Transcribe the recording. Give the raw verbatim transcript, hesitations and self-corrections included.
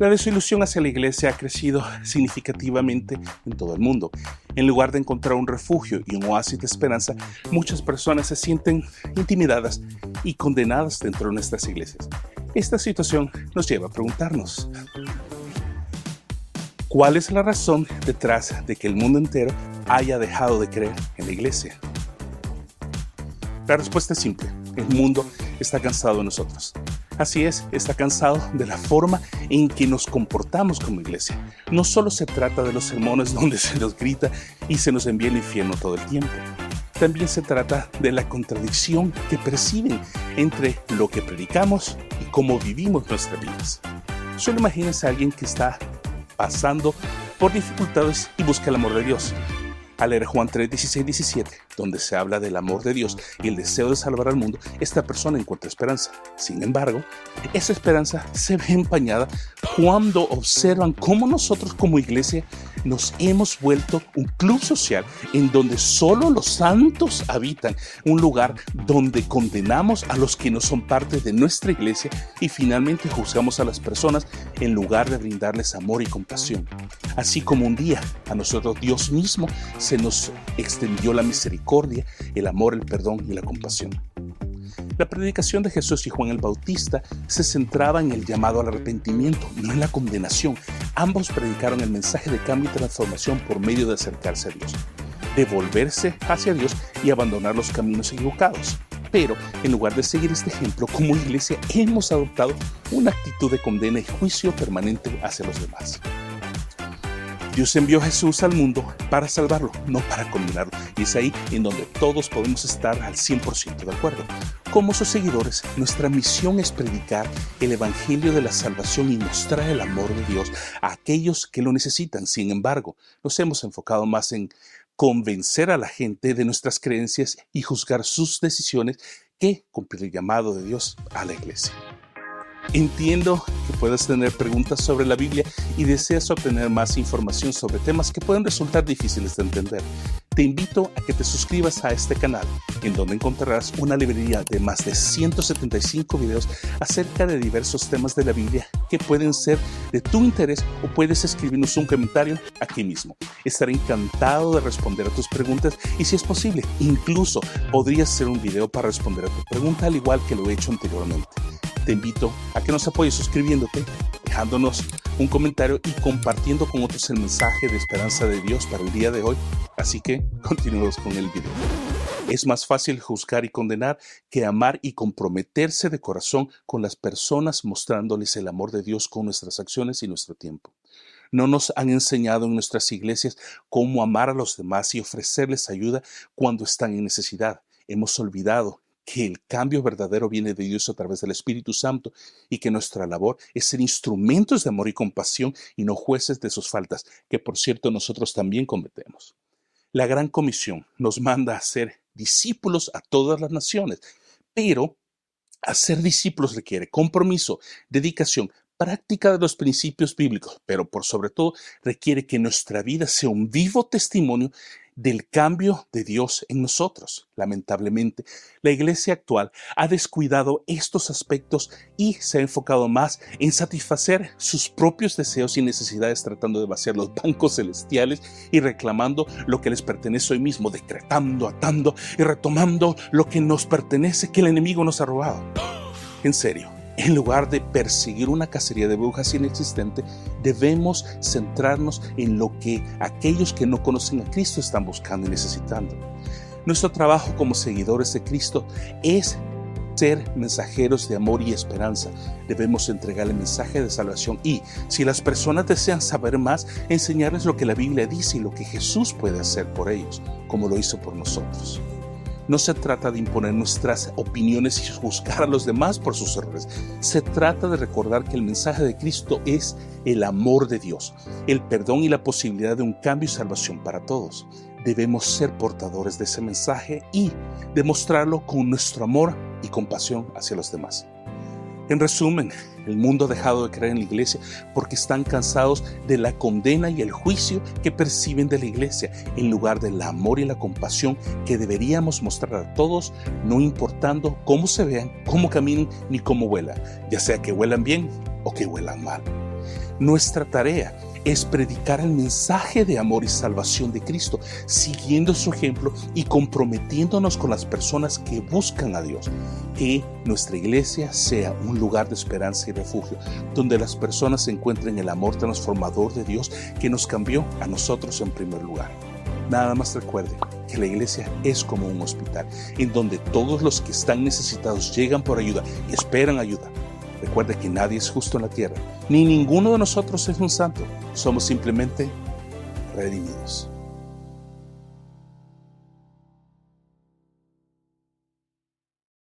La desilusión hacia la iglesia ha crecido significativamente en todo el mundo. En lugar de encontrar un refugio y un oasis de esperanza, muchas personas se sienten intimidadas y condenadas dentro de nuestras iglesias. Esta situación nos lleva a preguntarnos: ¿cuál es la razón detrás de que el mundo entero haya dejado de creer en la iglesia? La respuesta es simple: el mundo está cansado de nosotros. Así es, está cansado de la forma en que nos comportamos como iglesia. No solo se trata de los sermones donde se nos grita y se nos envía al infierno todo el tiempo. También se trata de la contradicción que perciben entre lo que predicamos y cómo vivimos nuestras vidas. Solo imagínense a alguien que está pasando por dificultades y busca el amor de Dios. Al leer Juan tres, dieciséis, diecisiete, donde se habla del amor de Dios y el deseo de salvar al mundo, esta persona encuentra esperanza. Sin embargo, esa esperanza se ve empañada cuando observan cómo nosotros como iglesia nos hemos vuelto un club social en donde solo los santos habitan, un lugar donde condenamos a los que no son parte de nuestra iglesia y finalmente juzgamos a las personas en lugar de brindarles amor y compasión. Así como un día a nosotros Dios mismo se nos extendió la misericordia, el amor, el perdón y la compasión. La predicación de Jesús y Juan el Bautista se centraba en el llamado al arrepentimiento, no en la condenación. Ambos predicaron el mensaje de cambio y transformación por medio de acercarse a Dios, de volverse hacia Dios y abandonar los caminos equivocados. Pero en lugar de seguir este ejemplo, como iglesia hemos adoptado una actitud de condena y juicio permanente hacia los demás. Dios envió a Jesús al mundo para salvarlo, no para condenarlo. Y es ahí en donde todos podemos estar al cien por ciento de acuerdo. Como sus seguidores, nuestra misión es predicar el evangelio de la salvación y mostrar el amor de Dios a aquellos que lo necesitan. Sin embargo, nos hemos enfocado más en convencer a la gente de nuestras creencias y juzgar sus decisiones que cumplir el llamado de Dios a la iglesia. Entiendo que puedas tener preguntas sobre la Biblia y deseas obtener más información sobre temas que pueden resultar difíciles de entender. Te invito a que te suscribas a este canal, en donde encontrarás una librería de más de ciento setenta y cinco videos acerca de diversos temas de la Biblia que pueden ser de tu interés, o puedes escribirnos un comentario aquí mismo. Estaré encantado de responder a tus preguntas y, si es posible, incluso podría hacer un video para responder a tu pregunta, al igual que lo he hecho anteriormente. Te invito a que nos apoyes suscribiéndote, dejándonos un comentario y compartiendo con otros el mensaje de esperanza de Dios para el día de hoy. Así que continuemos con el video. Es más fácil juzgar y condenar que amar y comprometerse de corazón con las personas, mostrándoles el amor de Dios con nuestras acciones y nuestro tiempo. No nos han enseñado en nuestras iglesias cómo amar a los demás y ofrecerles ayuda cuando están en necesidad. Hemos olvidado que el cambio verdadero viene de Dios a través del Espíritu Santo y que nuestra labor es ser instrumentos de amor y compasión y no jueces de sus faltas, que por cierto nosotros también cometemos. La Gran Comisión nos manda a ser discípulos a todas las naciones, pero hacer discípulos requiere compromiso, dedicación, práctica de los principios bíblicos, pero por sobre todo requiere que nuestra vida sea un vivo testimonio del cambio de Dios en nosotros. Lamentablemente, la iglesia actual ha descuidado estos aspectos y se ha enfocado más en satisfacer sus propios deseos y necesidades, tratando de vaciar los bancos celestiales y reclamando lo que les pertenece hoy mismo, decretando, atando y retomando lo que nos pertenece, que el enemigo nos ha robado. En serio. En lugar de perseguir una cacería de brujas inexistente, debemos centrarnos en lo que aquellos que no conocen a Cristo están buscando y necesitando. Nuestro trabajo como seguidores de Cristo es ser mensajeros de amor y esperanza. Debemos entregar el mensaje de salvación y, si las personas desean saber más, enseñarles lo que la Biblia dice y lo que Jesús puede hacer por ellos, como lo hizo por nosotros. No se trata de imponer nuestras opiniones y juzgar a los demás por sus errores. Se trata de recordar que el mensaje de Cristo es el amor de Dios, el perdón y la posibilidad de un cambio y salvación para todos. Debemos ser portadores de ese mensaje y demostrarlo con nuestro amor y compasión hacia los demás. En resumen, el mundo ha dejado de creer en la iglesia porque están cansados de la condena y el juicio que perciben de la iglesia, en lugar del amor y la compasión que deberíamos mostrar a todos, no importando cómo se vean, cómo caminen ni cómo huelan, ya sea que huelan bien o que huelan mal. Nuestra tarea es predicar el mensaje de amor y salvación de Cristo, siguiendo su ejemplo y comprometiéndonos con las personas que buscan a Dios. Que nuestra iglesia sea un lugar de esperanza y refugio, donde las personas encuentren el amor transformador de Dios que nos cambió a nosotros en primer lugar. Nada más recuerde que la iglesia es como un hospital, en donde todos los que están necesitados llegan por ayuda y esperan ayuda. Recuerde que nadie es justo en la tierra, ni ninguno de nosotros es un santo. Somos simplemente redimidos.